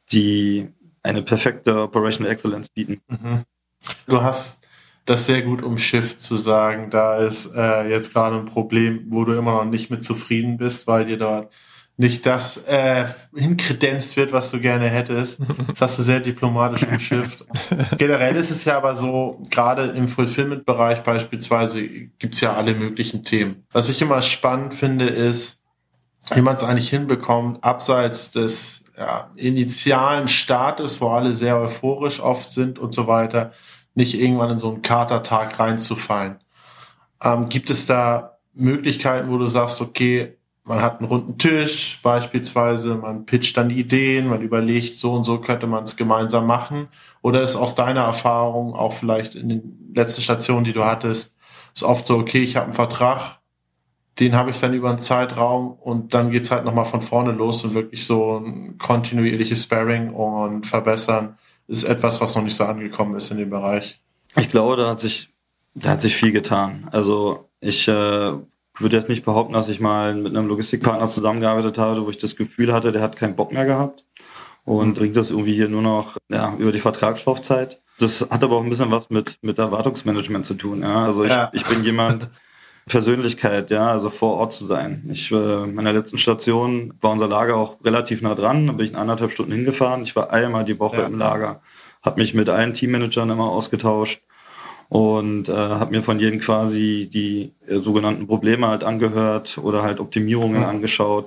die eine perfekte Operational Excellence bieten. Mhm. Du hast das sehr gut umschifft zu sagen, da ist äh, jetzt gerade ein Problem, wo du immer noch nicht mit zufrieden bist, weil dir dort nicht das äh, hinkredenzt wird, was du gerne hättest. Das hast du sehr diplomatisch umschifft. Generell ist es ja aber so, gerade im Fulfillment-Bereich beispielsweise gibt's ja alle möglichen Themen. Was ich immer spannend finde, ist, wie man es eigentlich hinbekommt, abseits des ja, initialen Startes, wo alle sehr euphorisch oft sind und so weiter, nicht irgendwann in so einen Katertag reinzufallen. Ähm, gibt es da Möglichkeiten, wo du sagst, okay, man hat einen runden Tisch beispielsweise, man pitcht dann die Ideen, man überlegt, so und so könnte man es gemeinsam machen? Oder ist aus deiner Erfahrung, auch vielleicht in den letzten Stationen, die du hattest, ist oft so, okay, ich habe einen Vertrag, den habe ich dann über einen Zeitraum und dann geht's halt nochmal von vorne los und wirklich so ein kontinuierliches Sparring und Verbessern ist etwas, was noch nicht so angekommen ist in dem Bereich. Ich glaube, da hat sich, da hat sich viel getan. Also ich äh, würde jetzt nicht behaupten, dass ich mal mit einem Logistikpartner zusammengearbeitet habe, wo ich das Gefühl hatte, der hat keinen Bock mehr gehabt und mhm. bringt das irgendwie hier nur noch ja, über die Vertragslaufzeit. Das hat aber auch ein bisschen was mit, mit Erwartungsmanagement zu tun. Ja? Also ich, ja. ich bin jemand, Persönlichkeit, ja, also vor Ort zu sein. Ich äh, meiner letzten Station war unser Lager auch relativ nah dran, da bin ich anderthalb Stunden hingefahren. Ich war einmal die Woche ja. im Lager, habe mich mit allen Teammanagern immer ausgetauscht und äh, habe mir von jedem quasi die äh, sogenannten Probleme halt angehört oder halt Optimierungen ja. angeschaut.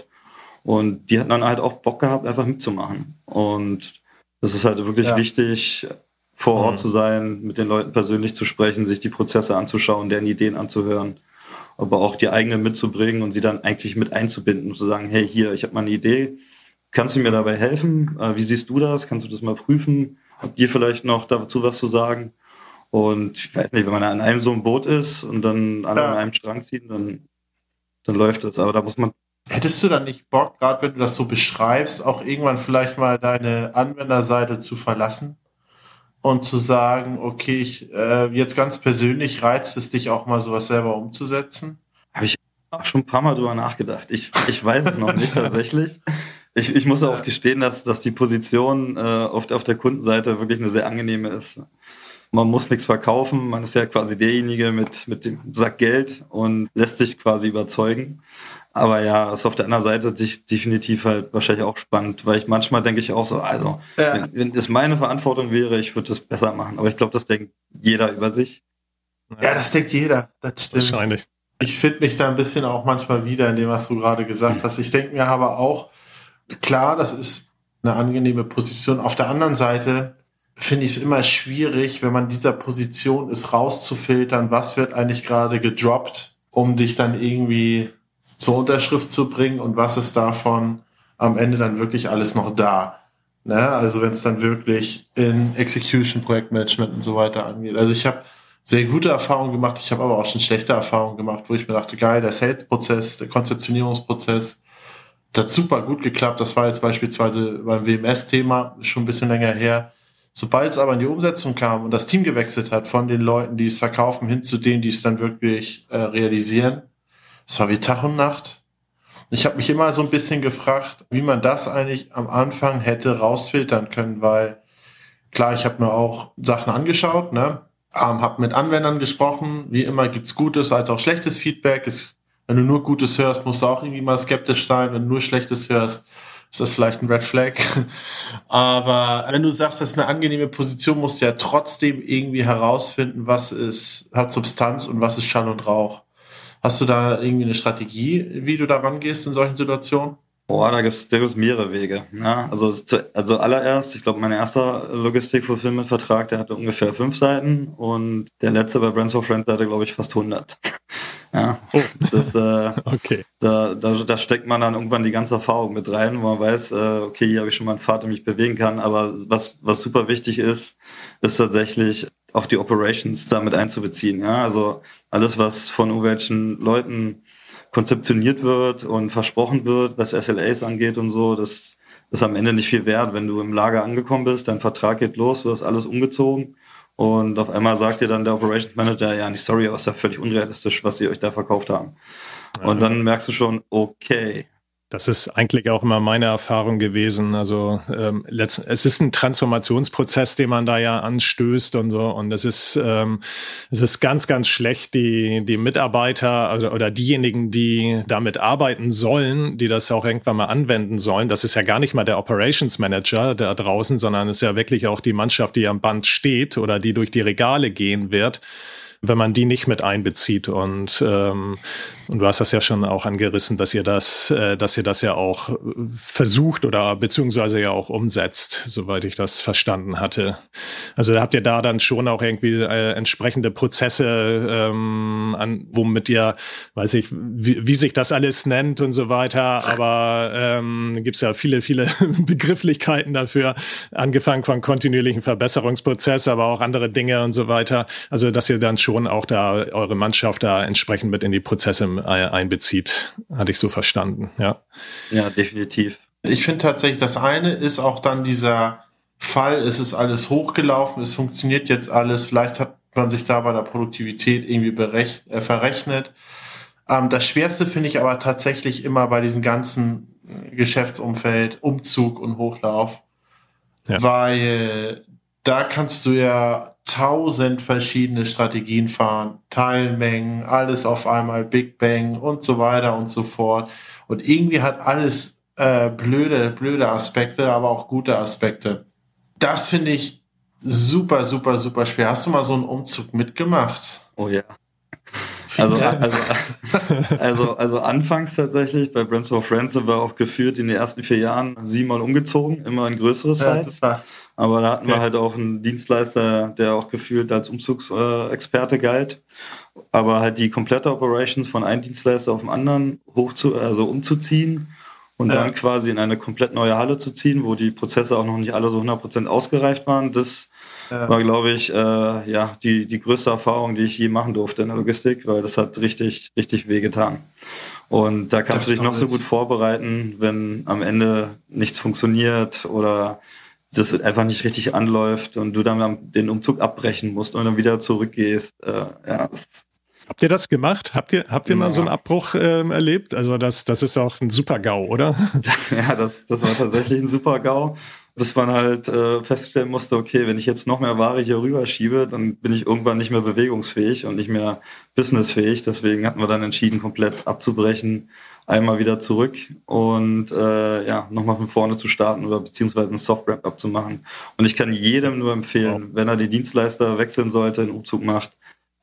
Und die hatten dann halt auch Bock gehabt, einfach mitzumachen. Und das ist halt wirklich ja. wichtig, vor Ort mhm. zu sein, mit den Leuten persönlich zu sprechen, sich die Prozesse anzuschauen, deren Ideen anzuhören, aber auch die eigenen mitzubringen und sie dann eigentlich mit einzubinden und zu sagen, hey, hier, ich habe mal eine Idee, kannst du mir dabei helfen? Wie siehst du das? Kannst du das mal prüfen? Habt ihr vielleicht noch dazu was zu sagen? Und ich weiß nicht, wenn man an einem so einem Boot ist und dann alle ja. an einem Strang ziehen, dann, dann läuft es. Aber da muss man... Hättest du dann nicht Bock, gerade wenn du das so beschreibst, auch irgendwann vielleicht mal deine Anwenderseite zu verlassen? Und zu sagen, okay, ich, äh, jetzt ganz persönlich reizt es dich auch mal sowas selber umzusetzen? Habe ich auch schon ein paar Mal drüber nachgedacht. Ich, ich weiß es noch nicht tatsächlich. Ich, ich muss auch gestehen, dass, dass die Position äh, auf, auf der Kundenseite wirklich eine sehr angenehme ist. Man muss nichts verkaufen, man ist ja quasi derjenige mit, mit dem Sack Geld und lässt sich quasi überzeugen. Aber ja, ist auf der anderen Seite definitiv halt wahrscheinlich auch spannend, weil ich manchmal denke ich auch so, also ja. wenn, wenn es meine Verantwortung wäre, ich würde das besser machen. Aber ich glaube, das denkt jeder über sich. Ja, das denkt jeder, das stimmt. Wahrscheinlich. Ich finde mich da ein bisschen auch manchmal wieder in dem, was du gerade gesagt hast. Ich denke mir aber auch, klar, das ist eine angenehme Position. Auf der anderen Seite finde ich es immer schwierig, wenn man in dieser Position ist, rauszufiltern, was wird eigentlich gerade gedroppt, um dich dann irgendwie zur Unterschrift zu bringen und was ist davon am Ende dann wirklich alles noch da. Ne? Also wenn es dann wirklich in Execution, Projektmanagement und so weiter angeht. Also ich habe sehr gute Erfahrungen gemacht, ich habe aber auch schon schlechte Erfahrungen gemacht, wo ich mir dachte, geil, der Sales-Prozess, der Konzeptionierungsprozess, das hat super gut geklappt. Das war jetzt beispielsweise beim W M S-Thema schon ein bisschen länger her. Sobald es aber in die Umsetzung kam und das Team gewechselt hat von den Leuten, die es verkaufen, hin zu denen, die es dann wirklich äh, realisieren, es war wie Tag und Nacht. Ich habe mich immer so ein bisschen gefragt, wie man das eigentlich am Anfang hätte rausfiltern können, weil klar, ich habe mir auch Sachen angeschaut, ne, ähm, habe mit Anwendern gesprochen. Wie immer gibt's gutes als auch schlechtes Feedback. Es, wenn du nur Gutes hörst, musst du auch irgendwie mal skeptisch sein. Wenn du nur Schlechtes hörst, ist das vielleicht ein Red Flag. Aber wenn du sagst, das ist eine angenehme Position, musst du ja trotzdem irgendwie herausfinden, was ist, hat Substanz und was ist Schall und Rauch. Hast du da irgendwie eine Strategie, wie du da rangehst in solchen Situationen? Boah, da gibt's, da gibt's mehrere Wege. Ja, also, zu, also allererst, ich glaube, mein erster Logistik-Fulfillment-Vertrag, der hatte ungefähr fünf Seiten und der letzte bei Brands for Friends hatte, glaube ich, fast hundert. Ja, oh. das, äh, okay. da, da, da steckt man dann irgendwann die ganze Erfahrung mit rein, wo man weiß, äh, okay, hier habe ich schon mal einen Pfad, der mich bewegen kann, aber was, was super wichtig ist, ist tatsächlich auch die Operations damit einzubeziehen. Ja, also alles, was von irgendwelchen Leuten konzeptioniert wird und versprochen wird, was S L As angeht und so, das ist am Ende nicht viel wert. Wenn du im Lager angekommen bist, dein Vertrag geht los, du hast alles umgezogen und auf einmal sagt dir dann der Operations Manager, ja, nicht sorry, aber es ist ja völlig unrealistisch, was sie euch da verkauft haben. Ja. Und dann merkst du schon, okay. Das ist eigentlich auch immer meine Erfahrung gewesen. Also ähm, letzt, es ist ein Transformationsprozess, den man da ja anstößt und so. Und es ist ähm, es ist ganz, ganz schlecht, die die Mitarbeiter oder, oder diejenigen, die damit arbeiten sollen, die das auch irgendwann mal anwenden sollen. Das ist ja gar nicht mal der Operations Manager da draußen, sondern es ist ja wirklich auch die Mannschaft, die am Band steht oder die durch die Regale gehen wird, wenn man die nicht mit einbezieht. Und ähm, und du hast das ja schon auch angerissen, dass ihr das, äh, dass ihr das ja auch versucht oder beziehungsweise ja auch umsetzt, soweit ich das verstanden hatte. Also da habt ihr da dann schon auch irgendwie äh, entsprechende Prozesse, ähm, an, womit ihr, weiß ich, wie, wie sich das alles nennt und so weiter. Aber ähm, gibt's ja viele, viele Begrifflichkeiten dafür, angefangen von kontinuierlichen Verbesserungsprozess, aber auch andere Dinge und so weiter. Also dass ihr dann schon auch da eure Mannschaft da entsprechend mit in die Prozesse einbezieht, hatte ich so verstanden, ja. Ja, definitiv. Ich finde tatsächlich, das eine ist auch dann dieser Fall, es ist alles hochgelaufen, es funktioniert jetzt alles, vielleicht hat man sich da bei der Produktivität irgendwie berech- äh, verrechnet. Ähm, das Schwerste finde ich aber tatsächlich immer bei diesem ganzen Geschäftsumfeld, Umzug und Hochlauf, ja. Weil da kannst du ja tausend verschiedene Strategien fahren, Teilmengen, alles auf einmal, Big Bang und so weiter und so fort. Und irgendwie hat alles äh, blöde, blöde Aspekte, aber auch gute Aspekte. Das finde ich super, super, super schwer. Hast du mal so einen Umzug mitgemacht? Oh ja. Also, also, also, also anfangs tatsächlich, bei Brands for Friends sind wir auch geführt in den ersten vier Jahren siebenmal umgezogen, immer in größere Sites. Ja, aber da hatten wir halt auch einen Dienstleister, der auch gefühlt als Umzugsexperte galt. Aber halt die komplette Operations von einem Dienstleister auf den anderen hoch zu, also umzuziehen und ja. dann quasi in eine komplett neue Halle zu ziehen, wo die Prozesse auch noch nicht alle so hundert Prozent ausgereift waren, das ja. war, glaube ich, äh, ja, die, die größte Erfahrung, die ich je machen durfte in der Logistik, weil das hat richtig, richtig wehgetan. Und da kannst das du dich noch so gut vorbereiten, wenn am Ende nichts funktioniert oder das einfach nicht richtig anläuft und du dann den Umzug abbrechen musst und dann wieder zurückgehst. Äh, ja, das Habt ihr das gemacht? Habt ihr, habt ihr ja. mal so einen Abbruch ähm, erlebt? Also das, das ist auch ein Super-GAU, oder? Ja, das, das war tatsächlich ein Super-GAU, bis man halt äh, feststellen musste, okay, wenn ich jetzt noch mehr Ware hier rüberschiebe, dann bin ich irgendwann nicht mehr bewegungsfähig und nicht mehr businessfähig. Deswegen hatten wir dann entschieden, komplett abzubrechen, einmal wieder zurück und äh, ja, nochmal von vorne zu starten oder beziehungsweise einen Soft-Wrap-Up zu machen. Und ich kann jedem nur empfehlen, wow. wenn er die Dienstleister wechseln sollte, einen Umzug macht,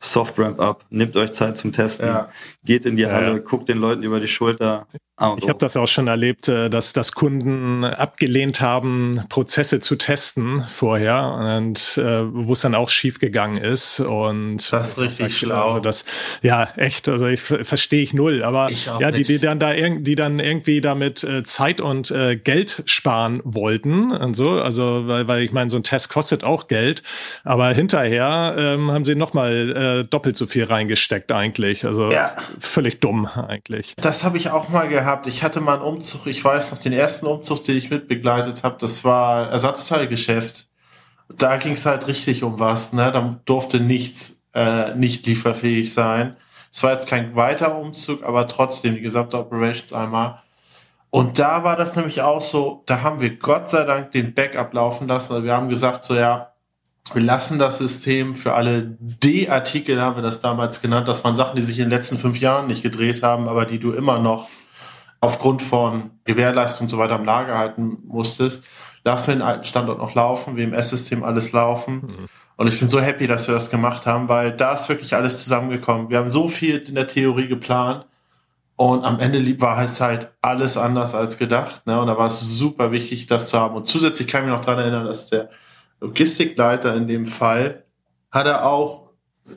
Soft Ramp Up, nehmt euch Zeit zum Testen, Ja. geht in die Halle, Ja. guckt den Leuten über die Schulter. Ah, Ich habe das auch schon erlebt, dass, dass Kunden abgelehnt haben, Prozesse zu testen vorher und äh, wo es dann auch schief gegangen ist. Und Das ist richtig schlau. Also das, ja, echt, also ich verstehe ich null. Aber Ich auch ja, die, nicht. die dann da irg- die dann irgendwie damit äh, Zeit und äh, Geld sparen wollten und so. Also weil, weil ich meine, so ein Test kostet auch Geld, aber hinterher ähm, haben sie nochmal äh, doppelt so viel reingesteckt eigentlich. Also Ja. völlig dumm eigentlich. Das habe ich auch mal gehabt. Ich hatte mal einen Umzug, ich weiß noch, den ersten Umzug, den ich mitbegleitet habe, das war Ersatzteilgeschäft. Da ging es halt richtig um was, ne? Da durfte nichts äh, nicht lieferfähig sein. Es war jetzt kein weiter Umzug, aber trotzdem die gesamte Operations einmal. Und da war das nämlich auch so, da haben wir Gott sei Dank den Backup laufen lassen. Also wir haben gesagt, so ja, wir lassen das System für alle D-Artikel, haben wir das damals genannt. Das waren Sachen, die sich in den letzten fünf Jahren nicht gedreht haben, aber die du immer noch aufgrund von Gewährleistung und so weiter am Lager halten musstest. Lassen wir den alten Standort noch laufen, W M S-System alles laufen. Mhm. Und ich bin so happy, dass wir das gemacht haben, weil da ist wirklich alles zusammengekommen. Wir haben so viel in der Theorie geplant und am Ende war es halt alles anders als gedacht. Ne? Und da war es super wichtig, das zu haben. Und zusätzlich kann ich mich noch daran erinnern, dass der Logistikleiter in dem Fall hatte auch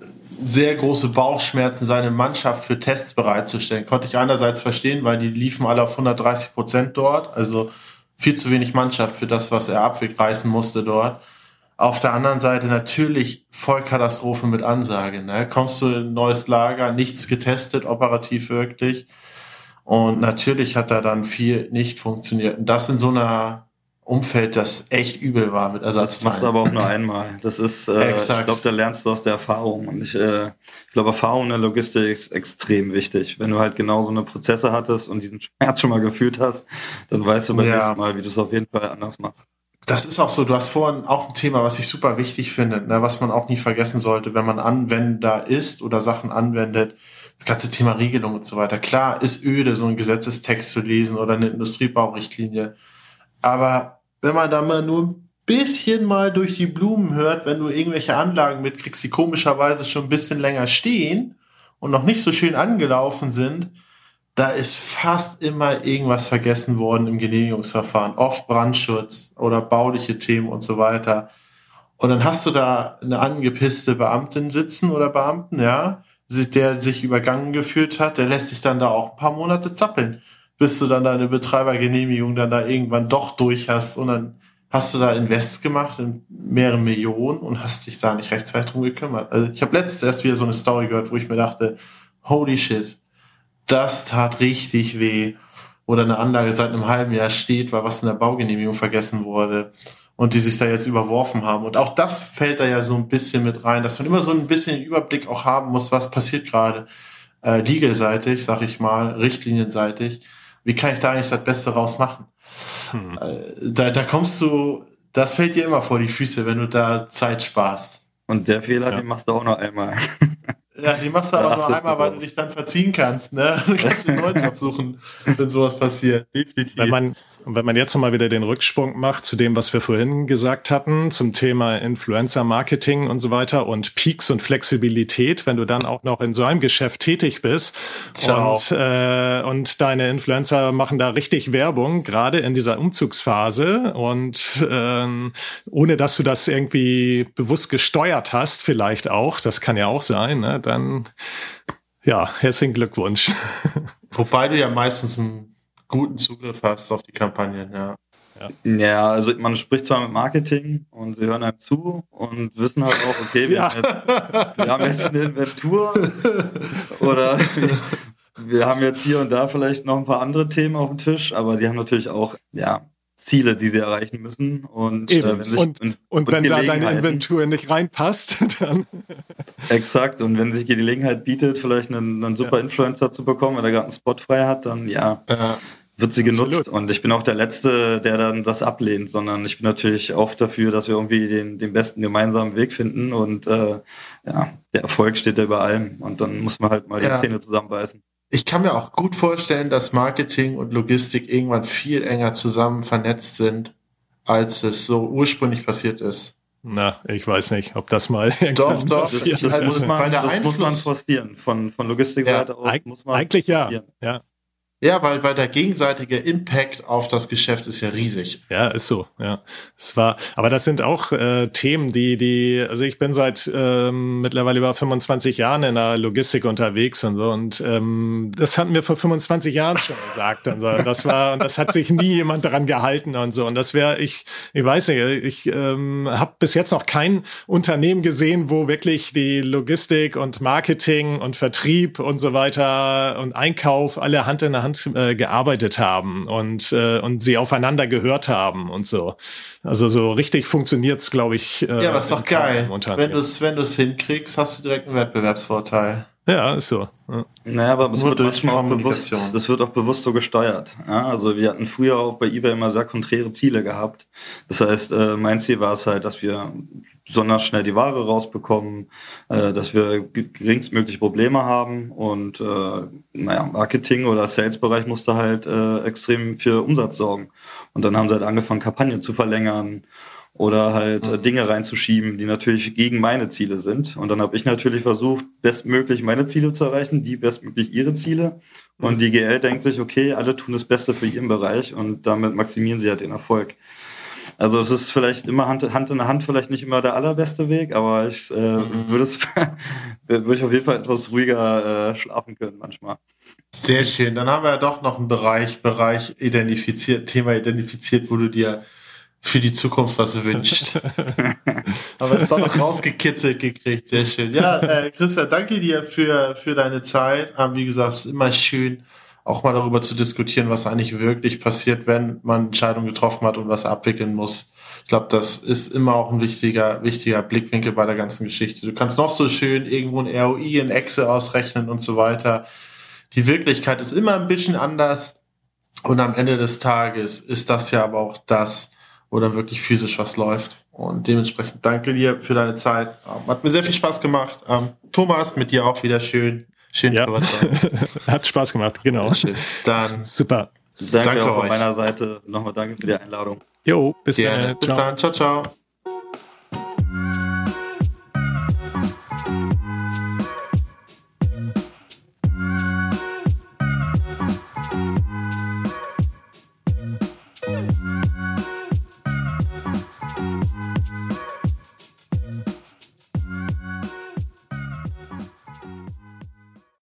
sehr große Bauchschmerzen, seine Mannschaft für Tests bereitzustellen. Konnte ich einerseits verstehen, weil die liefen alle auf hundertdreißig Prozent dort, also viel zu wenig Mannschaft für das, was er abreißen musste dort. Auf der anderen Seite natürlich Vollkatastrophe mit Ansage. Ne? Kommst du in ein neues Lager, nichts getestet, operativ wirklich. Und natürlich hat da dann viel nicht funktioniert. Und das in so einer Umfeld, das echt übel war mit Ersatzteilen. Das machst du aber auch nur einmal. Das ist, äh, ich glaube, da lernst du aus der Erfahrung. Und ich, äh, ich glaube, Erfahrung in der Logistik ist extrem wichtig. Wenn du halt genau so eine Prozesse hattest und diesen Schmerz schon mal gefühlt hast, dann weißt du beim Ja. nächsten Mal, wie du es auf jeden Fall anders machst. Das ist auch so, du hast vorhin auch ein Thema, was ich super wichtig finde, ne, was man auch nie vergessen sollte, wenn man Anwender ist oder Sachen anwendet. Das ganze Thema Regelung und so weiter. Klar, ist öde, so einen Gesetzestext zu lesen oder eine Industriebaurichtlinie. Aber wenn man da mal nur ein bisschen mal durch die Blumen hört, wenn du irgendwelche Anlagen mitkriegst, die komischerweise schon ein bisschen länger stehen und noch nicht so schön angelaufen sind, da ist fast immer irgendwas vergessen worden im Genehmigungsverfahren. Oft Brandschutz oder bauliche Themen und so weiter. Und dann hast du da eine angepisste Beamtin sitzen oder Beamten, ja, der sich übergangen gefühlt hat, der lässt dich dann da auch ein paar Monate zappeln, bis du dann deine Betreibergenehmigung dann da irgendwann doch durch hast und dann hast du da Invest gemacht in mehrere Millionen und hast dich da nicht rechtzeitig drum gekümmert. Also ich habe letztens erst wieder so eine Story gehört, wo ich mir dachte, holy shit, das tat richtig weh. Oder eine Anlage seit einem halben Jahr steht, weil was in der Baugenehmigung vergessen wurde und die sich da jetzt überworfen haben. Und auch das fällt da ja so ein bisschen mit rein, dass man immer so ein bisschen den Überblick auch haben muss, was passiert gerade äh, legalseitig, sag ich mal, richtlinienseitig. Wie kann ich da eigentlich das Beste rausmachen? Hm. Äh, da, da kommst du, das fällt dir immer vor die Füße, wenn du da Zeit sparst. Und der Fehler, Ja. den machst du auch noch einmal. Ja, die machst du aber Ja, nur das einmal, ist weil auch. du dich dann verziehen kannst, ne? Du kannst einen neuen Job suchen, wenn sowas passiert. Definitiv. Wenn man, und wenn man jetzt nochmal wieder den Rücksprung macht zu dem, was wir vorhin gesagt hatten, zum Thema Influencer-Marketing und so weiter und Peaks und Flexibilität, wenn du dann auch noch in so einem Geschäft tätig bist Ciao. und, äh, und deine Influencer machen da richtig Werbung, gerade in dieser Umzugsphase und ähm, ohne, dass du das irgendwie bewusst gesteuert hast, vielleicht auch, das kann ja auch sein, ne? Dann ja, herzlichen Glückwunsch. Wobei du ja meistens einen guten Zugriff hast auf die Kampagnen, ja. Ja, also man spricht zwar mit Marketing und sie hören einem zu und wissen halt auch, okay, wir, Ja. haben, jetzt, wir haben jetzt eine Inventur oder wir haben jetzt hier und da vielleicht noch ein paar andere Themen auf dem Tisch, aber die haben natürlich auch, ja, Ziele, die sie erreichen müssen. Und, Eben. äh, wenn sich, und, und, und wenn da deine Gelegenheiten- Inventur nicht reinpasst, dann Exakt, und wenn sich die Gelegenheit bietet, vielleicht einen, einen super Ja. Influencer zu bekommen, wenn er gerade einen Spot frei hat, dann ja, Ja. wird sie genutzt. Absolut. Und ich bin auch der Letzte, der dann das ablehnt, sondern ich bin natürlich oft dafür, dass wir irgendwie den, den besten gemeinsamen Weg finden und äh, ja, der Erfolg steht da über allem und dann muss man halt mal Ja. die Zähne zusammenbeißen. Ich kann mir auch gut vorstellen, dass Marketing und Logistik irgendwann viel enger zusammen vernetzt sind, als es so ursprünglich passiert ist. Na, ich weiß nicht, ob das mal Doch, doch. Das, das, das, muss, man, das muss man forcieren. Von, von Logistikseite ja, aus eig- muss man Eigentlich forcieren. ja, ja. Ja, weil, weil der gegenseitige Impact auf das Geschäft ist ja riesig. Ja, ist so, ja. Es war, aber das sind auch äh, Themen, die, die, also ich bin seit ähm, mittlerweile über fünfundzwanzig Jahren in der Logistik unterwegs und so und ähm, das hatten wir vor fünfundzwanzig Jahren schon gesagt und so. Das war, und das hat sich nie jemand daran gehalten und so. Und das wäre, ich, ich weiß nicht, ich ähm, habe bis jetzt noch kein Unternehmen gesehen, wo wirklich die Logistik und Marketing und Vertrieb und so weiter und Einkauf alle Hand in Hand äh, gearbeitet haben und äh, und sie aufeinander gehört haben und so. Also so richtig funktioniert's, glaube ich. Äh, ja, aber ist doch geil. Unternehmen. Wenn du es wenn du es hinkriegst, hast du direkt einen Wettbewerbsvorteil. Ja, ist so. Ja. Naja, aber es Nur wird durch manchmal auch bewusst, Kommunikation. das wird auch bewusst so gesteuert. Ja, also wir hatten früher auch bei eBay immer sehr konträre Ziele gehabt. Das heißt, äh, mein Ziel war es halt, dass wir besonders schnell die Ware rausbekommen, äh, dass wir geringstmögliche Probleme haben und äh, naja, Marketing oder Sales-Bereich musste halt äh, extrem für Umsatz sorgen. Und dann haben sie halt angefangen, Kampagnen zu verlängern oder halt äh, Dinge reinzuschieben, die natürlich gegen meine Ziele sind. Und dann habe ich natürlich versucht, bestmöglich meine Ziele zu erreichen, die bestmöglich ihre Ziele. Und die G L denkt sich, okay, alle tun das Beste für ihren Bereich und damit maximieren sie halt den Erfolg. Also es ist vielleicht immer Hand, Hand in Hand, vielleicht nicht immer der allerbeste Weg, aber ich äh, mhm. würde es würde ich auf jeden Fall etwas ruhiger äh, schlafen können manchmal. Sehr schön. Dann haben wir ja doch noch einen Bereich, Bereich identifiziert, Thema identifiziert, wo du dir für die Zukunft was wünscht. Aber es ist doch noch rausgekitzelt gekriegt. Sehr schön. Ja, äh, Christian, danke dir für, für deine Zeit. Ähm, wie gesagt, es ist immer schön, auch mal darüber zu diskutieren, was eigentlich wirklich passiert, wenn man Entscheidungen getroffen hat und was abwickeln muss. Ich glaube, das ist immer auch ein wichtiger, wichtiger Blickwinkel bei der ganzen Geschichte. Du kannst noch so schön irgendwo ein R O I in Excel ausrechnen und so weiter. Die Wirklichkeit ist immer ein bisschen anders. Und am Ende des Tages ist das ja aber auch das, wo dann wirklich physisch was läuft. Und dementsprechend danke dir für deine Zeit. Hat mir sehr viel Spaß gemacht. Ähm, Thomas, mit dir auch wieder schön. Schön, ja. Hat Spaß gemacht, genau. Dann super. Danke, danke auch euch. von meiner Seite. Nochmal danke für die Einladung. Jo, bis Gerne. dann. Bis dann. Ciao, ciao.